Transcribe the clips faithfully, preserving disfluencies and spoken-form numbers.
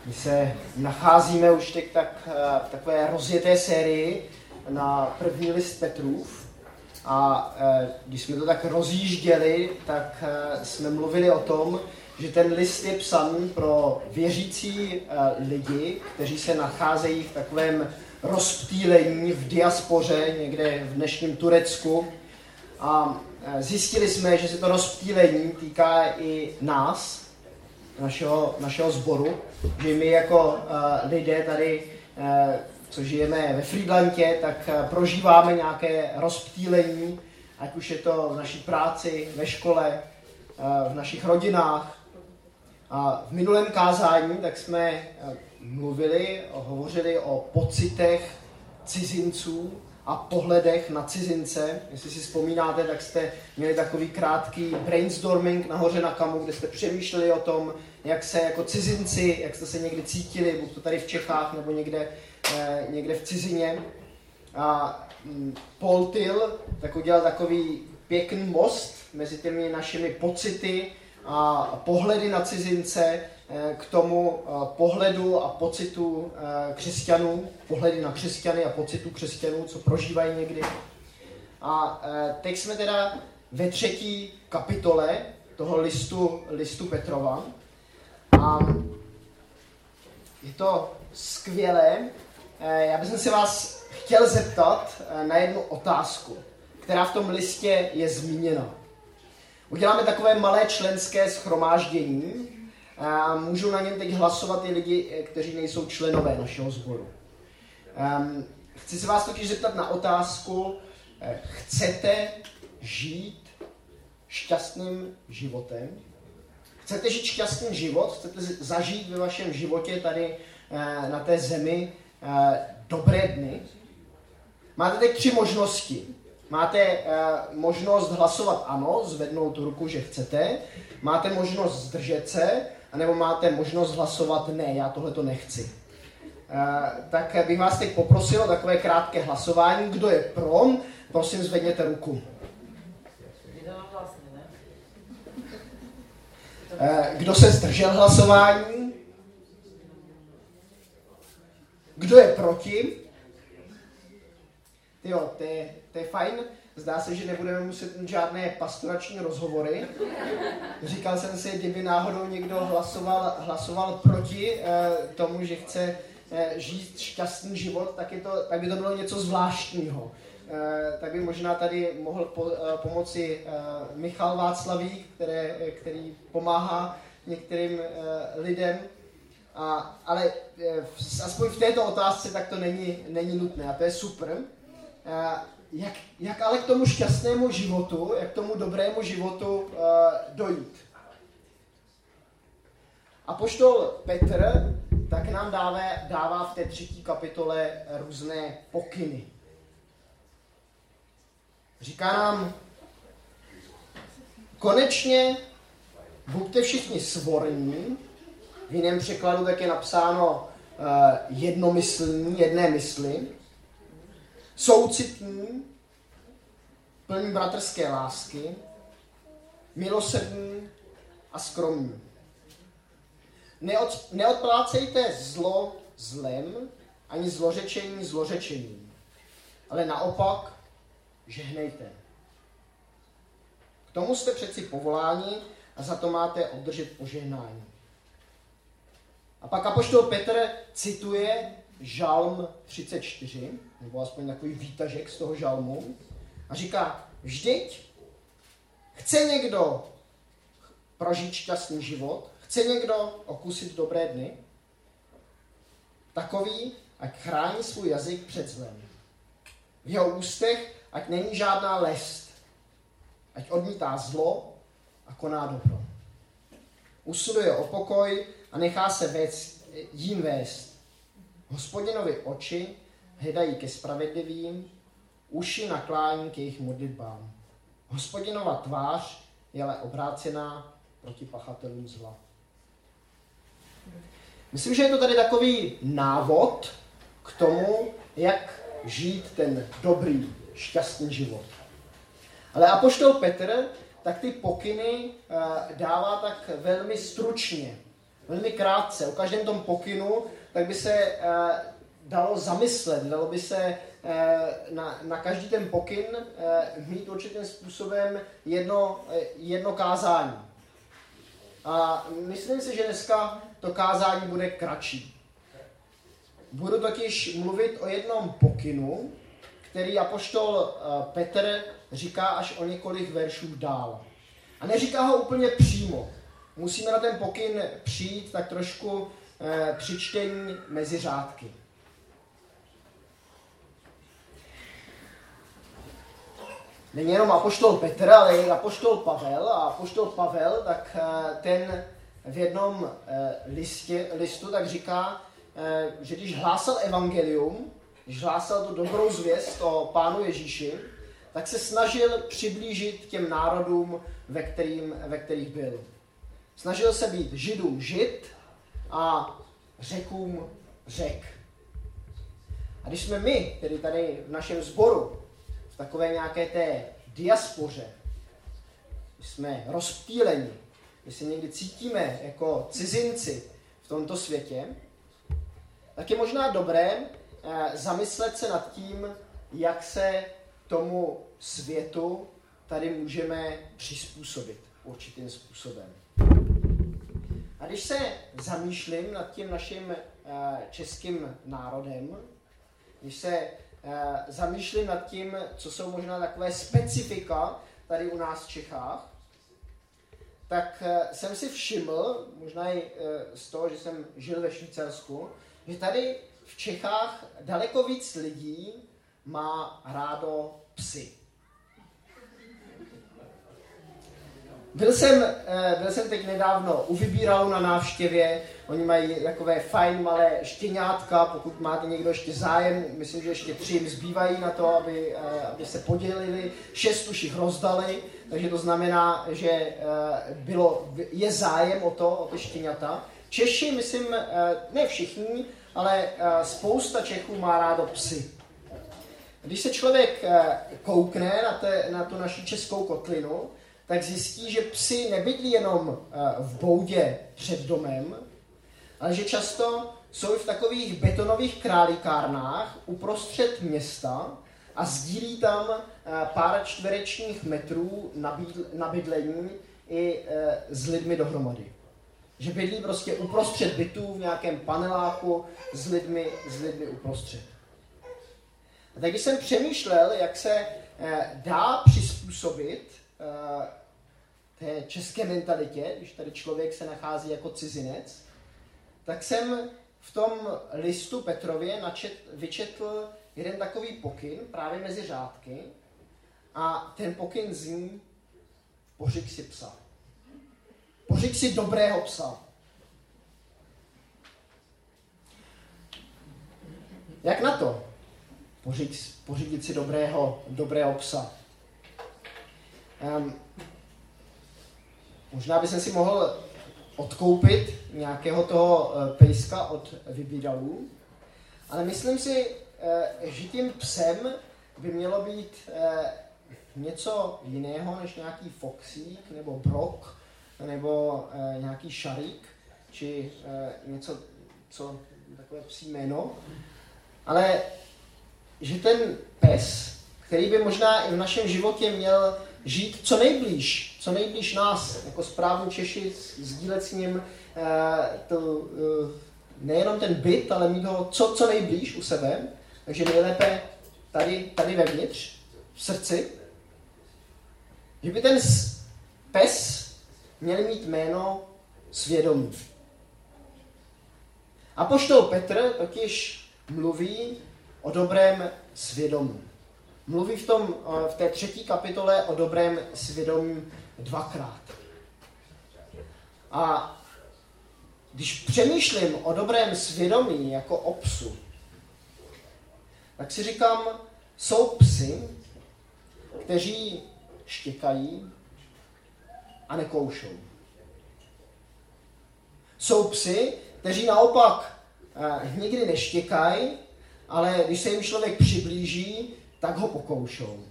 My se nacházíme už teď tak, v takové rozjeté sérii na první list Petrův. A když jsme to tak rozjížděli, tak jsme mluvili o tom, že ten list je psaný pro věřící lidi, kteří se nacházejí v takovém rozptýlení v diaspoře, někde v dnešním Turecku. A zjistili jsme, že se to rozptýlení týká i nás, našeho, našeho sboru, že my jako uh, lidé tady, uh, co žijeme ve Frýdlantě, tak uh, prožíváme nějaké rozptýlení, ať už je to v naší práci, ve škole, uh, v našich rodinách. A v minulém kázání tak jsme uh, mluvili, hovořili o pocitech cizinců a pohledech na cizince. Jestli si vzpomínáte, tak jste měli takový krátký brainstorming nahoře na Kamu, kde jste přemýšleli o tom, jak se jako cizinci, jak jste se někdy cítili, buď to tady v Čechách nebo někde, eh, někde v cizině. A hm, Paul Till tak udělal takový pěkný most mezi těmi našimi pocity a pohledy na cizince k tomu pohledu a pocitu křesťanů, pohledy na křesťany a pocitu křesťanů, co prožívají někdy. A teď jsme teda ve třetí kapitole toho listu, listu Petrova. A je to skvělé. Já bych se vás chtěl zeptat na jednu otázku, která v tom listě je zmíněna. Uděláme takové malé členské shromáždění. A můžou na něm teď hlasovat i lidi, kteří nejsou členové našeho sboru. Um, chci se vás totiž zeptat na otázku, chcete žít šťastným životem? Chcete žít šťastný život? Chcete zažít ve vašem životě tady na té zemi dobré dny? Máte teď tři možnosti. Máte možnost hlasovat ano, zvednout ruku, že chcete. Máte možnost zdržet se, anebo máte možnost hlasovat ne, já tohleto nechci. Uh, tak bych vás teď poprosil o takové krátké hlasování. Kdo je pro, prosím zvedněte ruku. Uh, kdo se zdržel hlasování? Kdo je proti? Jo, to je, to je fajn. Zdá se, že nebudeme muset mít žádné pastorační rozhovory. Říkal jsem si, kdyby náhodou někdo hlasoval, hlasoval proti eh, tomu, že chce eh, žít šťastný život, tak, je to, tak by to bylo něco zvláštního. Eh, tak by možná tady mohl po, eh, pomoci eh, Michal Václavík, které, který pomáhá některým eh, lidem. A, ale eh, aspoň v této otázce tak to není, není nutné a to je super. Eh, Jak, jak ale k tomu šťastnému životu, jak k tomu dobrému životu uh, dojít. Apoštol Petr tak nám dává, dává v té třetí kapitole různé pokyny. Říká nám, konečně buďte všichni svorní, v jiném překladu tak je napsáno uh, jednomyslní, jedné mysli, soucitní, plní bratrské lásky, milosrdní a skromní. Neod, neodplácejte zlo zlem, ani zlořečení zlořečením, ale naopak žehnejte. K tomu jste přeci povoláni a za to máte obdržet požehnání. A pak apoštol Petr cituje Žalm třicet čtyři, nebo aspoň takový výtažek z toho žalmu, a říká, vždyť chce někdo prožít šťastný život, chce někdo okusit dobré dny, takový, ať chrání svůj jazyk před zlem. V jeho ústech ať není žádná lest, ať odmítá zlo a koná dobro. Usiluje o pokoj a nechá se vést, jím vést. Hospodinovi oči hledají ke spravedlivým, uši naklání k jejich modlitbám. Hospodinova tvář je ale obrácená proti pachatelům zla. Myslím, že je to tady takový návod k tomu, jak žít ten dobrý, šťastný život. Ale apoštol Petr tak ty pokyny dává tak velmi stručně. velmi krátce. O každém tom pokynu tak by se eh, dalo zamyslet, dalo by se eh, na, na každý ten pokyn eh, mít určitým způsobem jedno, eh, jedno kázání. A myslím si, že dneska to kázání bude kratší. Budu totiž mluvit o jednom pokynu, který apoštol Petr říká až o několik veršů dál. A neříká ho úplně přímo. Musíme na ten pokyn přijít tak trošku eh, při čtení mezi řádky. Není jenom apoštol Petr, ale i apoštol Pavel. A apoštol Pavel, tak eh, ten v jednom eh, listě, listu tak říká, eh, že když hlásal evangelium, když hlásal tu dobrou zvěst o Pánu Ježíši, tak se snažil přiblížit těm národům, ve, kterým, ve kterých byl. Snažil se být Židům Žid a Řekům Řek. A když jsme my, tedy tady v našem sboru, v takové nějaké té diaspoře, když jsme rozptýleni, když se někdy cítíme jako cizinci v tomto světě, tak je možná dobré eh, zamyslet se nad tím, jak se tomu světu tady můžeme přizpůsobit určitým způsobem. A když se zamýšlím nad tím naším eh, českým národem, když se eh, zamýšlím nad tím, co jsou možná takové specifika tady u nás v Čechách, tak eh, jsem si všiml, možná i eh, z toho, že jsem žil ve Švýcarsku, že tady v Čechách daleko víc lidí má rádo psy. Byl jsem, byl jsem teď nedávno u Vybíralu na návštěvě, oni mají takové fajn malé štěňátka, pokud máte někdo ještě zájem, myslím, že ještě tři jim zbývají na to, aby, aby se podělili, šest už jich rozdali, takže to znamená, že bylo, je zájem o to, o ty štěňata. Češi, myslím, ne všichni, ale spousta Čechů má rádo psy. Když se člověk koukne na, te, na tu naši českou kotlinu, tak zjistí, že psi nebydlí jenom v boudě před domem, ale že často jsou v takových betonových králíkárnách uprostřed města a sdílí tam pár čtverečních metrů na bydlení i s lidmi dohromady. Že bydlí prostě uprostřed bytů v nějakém paneláku s lidmi, s lidmi uprostřed. A tak když jsem přemýšlel, jak se dá přizpůsobit té české mentalitě, když tady člověk se nachází jako cizinec, tak jsem v tom listu Petrově načet, vyčetl jeden takový pokyn právě mezi řádky a ten pokyn zní: pořiď si psa. Pořiď si dobrého psa. Jak na to? Pořiď, pořídit si dobrého, dobrého psa. Um, možná bych si mohl odkoupit nějakého toho pejska od Vybíralů, ale myslím si, že tím psem by mělo být něco jiného než nějaký foxík nebo brok nebo nějaký šarík či něco, co takové psí jméno, ale že ten pes, který by možná i v našem životě měl žít co nejblíž, co nejblíž nás, jako správní Češi, sdílet s ním eh, to, eh, nejenom ten byt, ale mít ho co, co nejblíž u sebe, takže nejlépe tady, tady vevnitř, v srdci, že by ten pes měl mít jméno svědomí. Apoštol Petr totiž mluví o dobrém svědomí. Mluví v, tom, v té třetí kapitole o dobrém svědomí dvakrát. A když přemýšlím o dobrém svědomí jako o psu, tak si říkám, jsou psy, kteří štěkají a nekoušou. Jsou psy, kteří naopak eh, nikdy neštěkají, ale když se jim člověk přiblíží, tak ho pokoušou.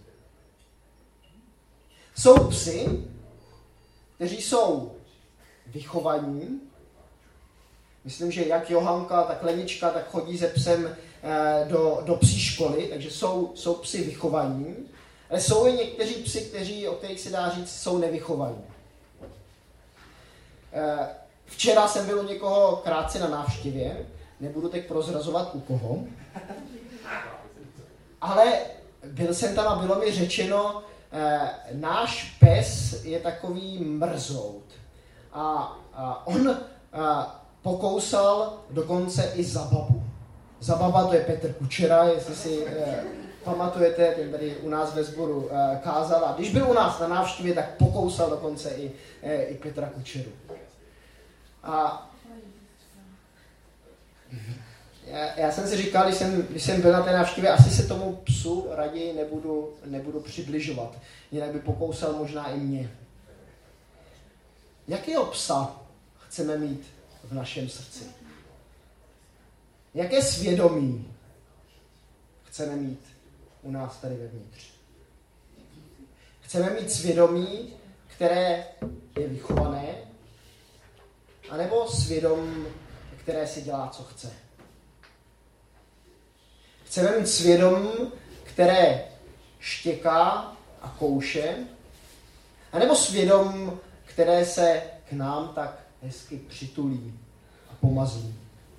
Jsou psy, kteří jsou vychovaní Myslím, že jak Johanka, tak Lenička, tak chodí se psem do, do psí školy, takže jsou, jsou psi vychovaní. Ale jsou i někteří psi, kteří, o kterých se dá říct, jsou nevychovaní. Včera jsem byl u někoho krátce na návštěvě, nebudu teď prozrazovat u koho, ale byl jsem tam a bylo mi řečeno, náš pes je takový mrzout. A, a on a, pokousal dokonce i Zababu. Zababa to je Petr Kučera, jestli si eh, pamatujete, ten tady u nás ve sboru eh, kázal. A když byl u nás na návštěvě, tak pokousal dokonce i, eh, i Petra Kučeru. A já, já jsem si říkal, když jsem, když jsem byl na té návštěvě, asi se tomu psu raději nebudu, nebudu přibližovat. Jinak by pokousal možná i mě. Jakého psa chceme mít v našem srdci? Jaké svědomí chceme mít u nás tady vevnitř? Chceme mít svědomí, které je vychované, anebo svědomí, které si dělá, co chce? Chceme mít svědomí, které štěká a kouše, anebo svědomí, které se k nám tak hezky přitulí a pomazlí?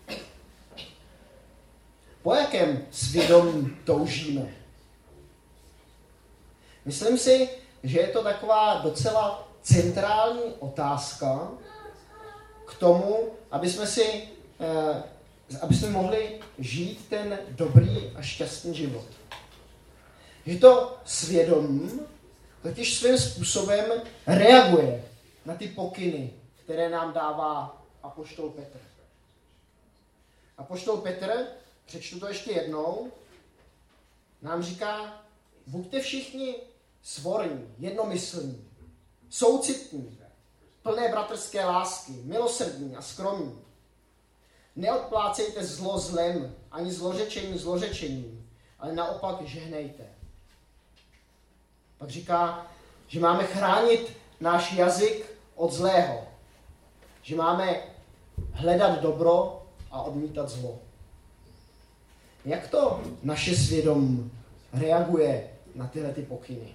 Po jakém svědomí toužíme? Myslím si, že je to taková docela centrální otázka k tomu, aby jsme si, eh, aby jsme mohli žít ten dobrý a šťastný život. Že to svědomí totiž svým způsobem reaguje na ty pokyny, které nám dává apoštol Petr. Apoštol Petr, přečtu to ještě jednou, nám říká, buďte všichni svorní, jednomyslní, soucitní, plné bratrské lásky, milosrdní a skromní. Neodplácejte zlo zlem, ani zlořečení zlořečením, ale naopak žehnejte. Pak říká, že máme chránit náš jazyk od zlého, že máme hledat dobro a odmítat zlo. Jak to naše svědomí reaguje na tyhle ty pokyny?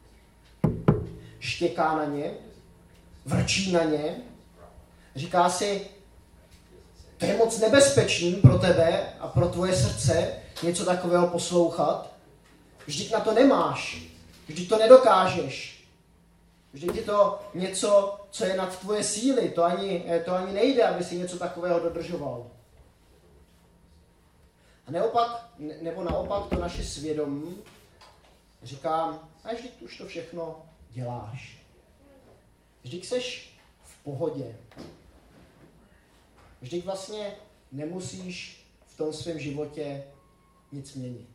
Štěká na ně, vrčí na ně, říká si, to je moc nebezpečný pro tebe a pro tvoje srdce něco takového poslouchat. Vždyť na to nemáš, vždyť to nedokážeš. Vždyť je to něco, co je nad tvoje síly, to ani, to ani nejde, aby si něco takového dodržoval. A neopak, nebo naopak to naše svědomí říká, a vždyť už to všechno děláš. Vždyť seš v pohodě. Vždyť vlastně nemusíš v tom svém životě nic měnit.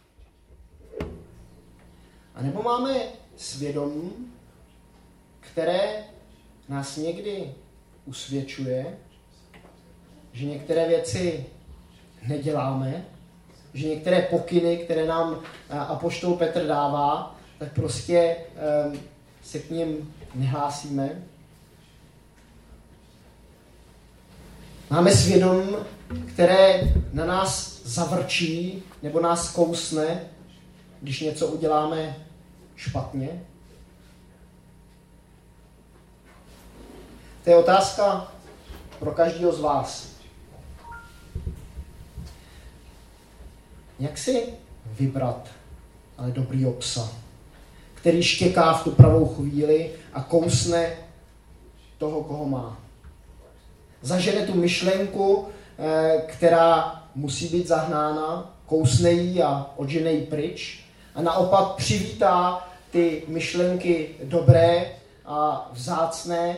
A nebo máme svědomí, které nás někdy usvědčuje, že některé věci neděláme, že některé pokyny, které nám apoštol Petr dává, tak prostě um, se k nim nehlásíme. Máme svědomí, které na nás zavrčí nebo nás kousne, když něco uděláme špatně. To je otázka pro každého z vás. Jak si vybrat ale dobrýho psa, který štěká v tu pravou chvíli a kousne toho, koho má. Zažene tu myšlenku, která musí být zahnána, kousne ji a odžene ji pryč a naopak přivítá ty myšlenky dobré a vzácné.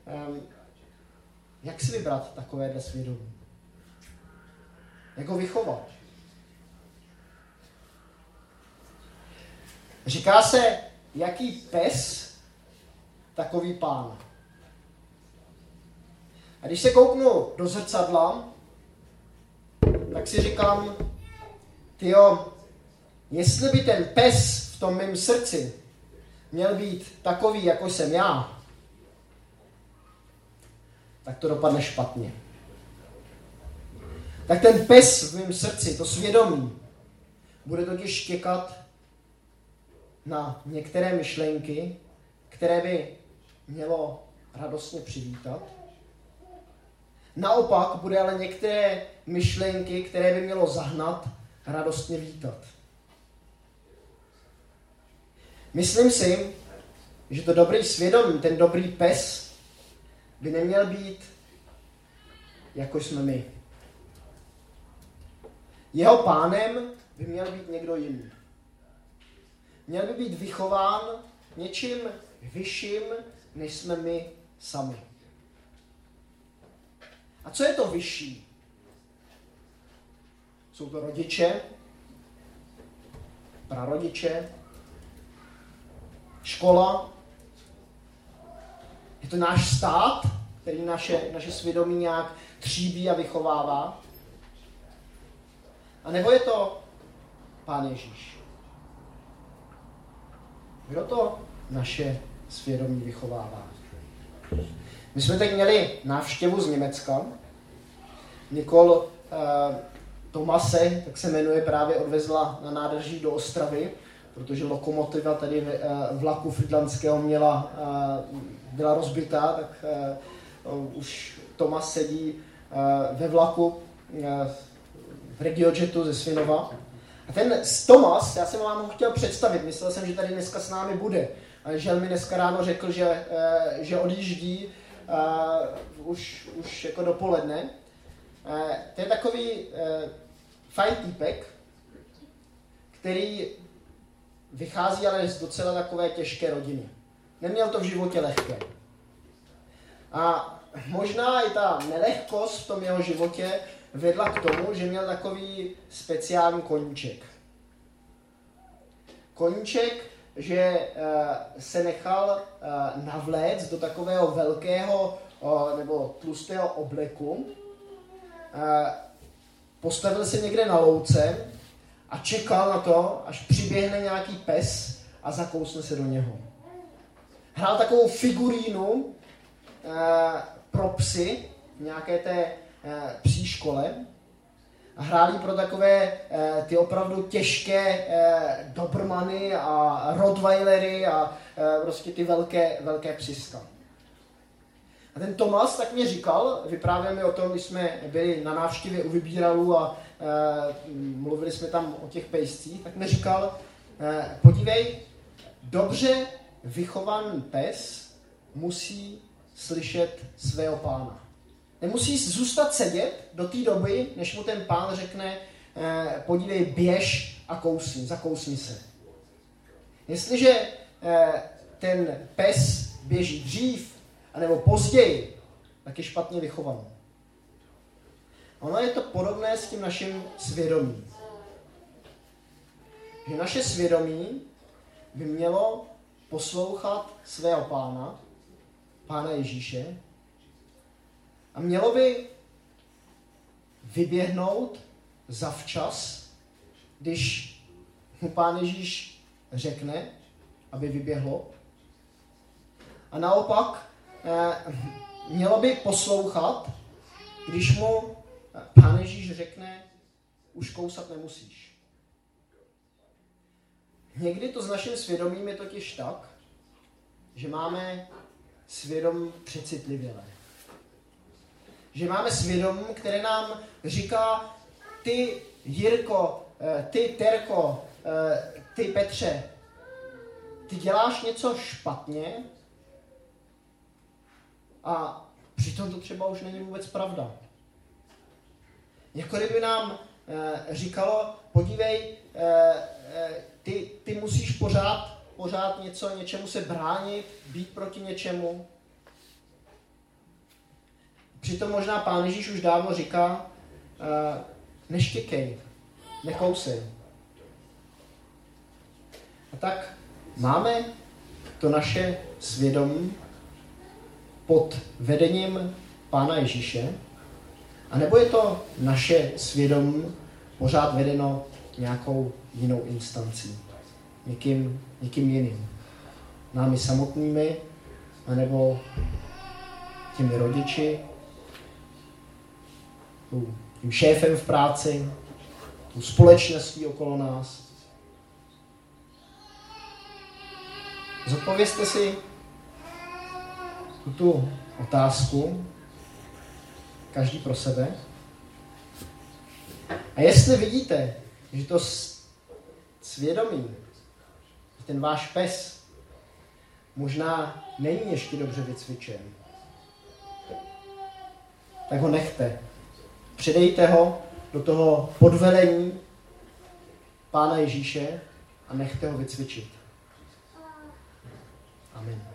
Jak si vybrat takovéhle svědomí? Jak ho vychovat? Říká se, jaký pes, takový pán. A když se kouknu do zrcadla, tak si říkám, tyjo, jestli by ten pes v tom mém srdci měl být takový, jako jsem já, tak to dopadne špatně. tak ten pes v mém srdci, to svědomí, bude totiž štěkat na některé myšlenky, které by mělo radostně přivítat. Naopak bude ale některé myšlenky, které by mělo zahnat, radostně vítat. Myslím si, že to dobrý svědomí, ten dobrý pes, by neměl být, jako jsme my. Jeho pánem by měl být někdo jiný. Měl by být vychován něčím vyšším, než jsme my sami. A co je to vyšší? Jsou to rodiče, prarodiče, škola, je to náš stát, který naše, naše svědomí nějak tříbí a vychovává. A nebo je to Pán Ježíš? Kdo to naše svědomí vychovává? My jsme teď měli návštěvu z Německa. Nikol eh, Tomase, tak se jmenuje, právě odvezla na nádraží do Ostravy, protože lokomotiva tady v, eh, vlaku frýdlantského měla, eh, byla rozbitá, tak eh, už Tomas sedí eh, ve vlaku eh, v RegioJetu ze Svinova. A ten Tomas, já jsem vám ho chtěl představit, myslel jsem, že tady dneska s námi bude. Ale žel mi dneska ráno řekl, že, eh, že odjíždí uh, už, už jako dopoledne. Uh, to je takový uh, fajn týpek, který vychází ale z docela takové těžké rodiny. Neměl to v životě lehké. A možná i ta nelehkost v tom jeho životě vedla k tomu, že měl takový speciální koníček. Koníček, že uh, se nechal uh, navléct do takového velkého uh, nebo tlustého obleku, uh, postavil se někde na louce a čekal na to, až přiběhne nějaký pes a zakousne se do něho. Hrál takovou figurínu uh, pro psy v nějaké té uh, psí škole. A hráli pro takové eh, ty opravdu těžké eh, dobrmany a rottweilery a eh, prostě ty velké, velké psiska. A ten Tomas tak mě říkal, vyprávěl mi o tom, když jsme byli na návštěvě u vybíralů a eh, mluvili jsme tam o těch pejscích, tak mi říkal, eh, podívej, dobře vychovaný pes musí slyšet svého pána. Nemusí zůstat sedět do té doby, než mu ten pán řekne, eh, podívej, běž a kousni, zakousni se. Jestliže eh, ten pes běží dřív, anebo později, tak je špatně vychovaný. Ono je to podobné s tím naším svědomím. Že naše svědomí by mělo poslouchat svého pána, pána Ježíše, a mělo by vyběhnout zavčas, když mu Pán Ježíš řekne, aby vyběhlo. A naopak eh, mělo by poslouchat, když mu Pán Ježíš řekne, už kousat nemusíš. Někdy to s naším svědomím je totiž tak, že máme svědomí přecitlivělé. Že máme svědomí, které nám říká, ty Jirko, ty Terko, ty Petře, ty děláš něco špatně a přitom to třeba už není vůbec pravda. Jako kdyby nám říkalo, podívej, ty, ty musíš pořád, pořád něco, něčemu se bránit, být proti něčemu. Přitom možná Pán Ježíš už dávno říká, uh, neštěkej, nekousej. A tak máme to naše svědomí pod vedením Pána Ježíše, anebo je to naše svědomí pořád vedeno nějakou jinou instancí, někým, někým jiným. Námi samotnými, anebo těmi rodiči, tím šéfem v práci, tou společností okolo nás. Zodpovězte si tuto otázku, každý pro sebe. A jestli vidíte, že to svědomí, ten váš pes, možná není ještě dobře vycvičen, tak ho nechte. Předejte ho do toho podvelení Pána Ježíše a nechte ho vycvičit. Amen.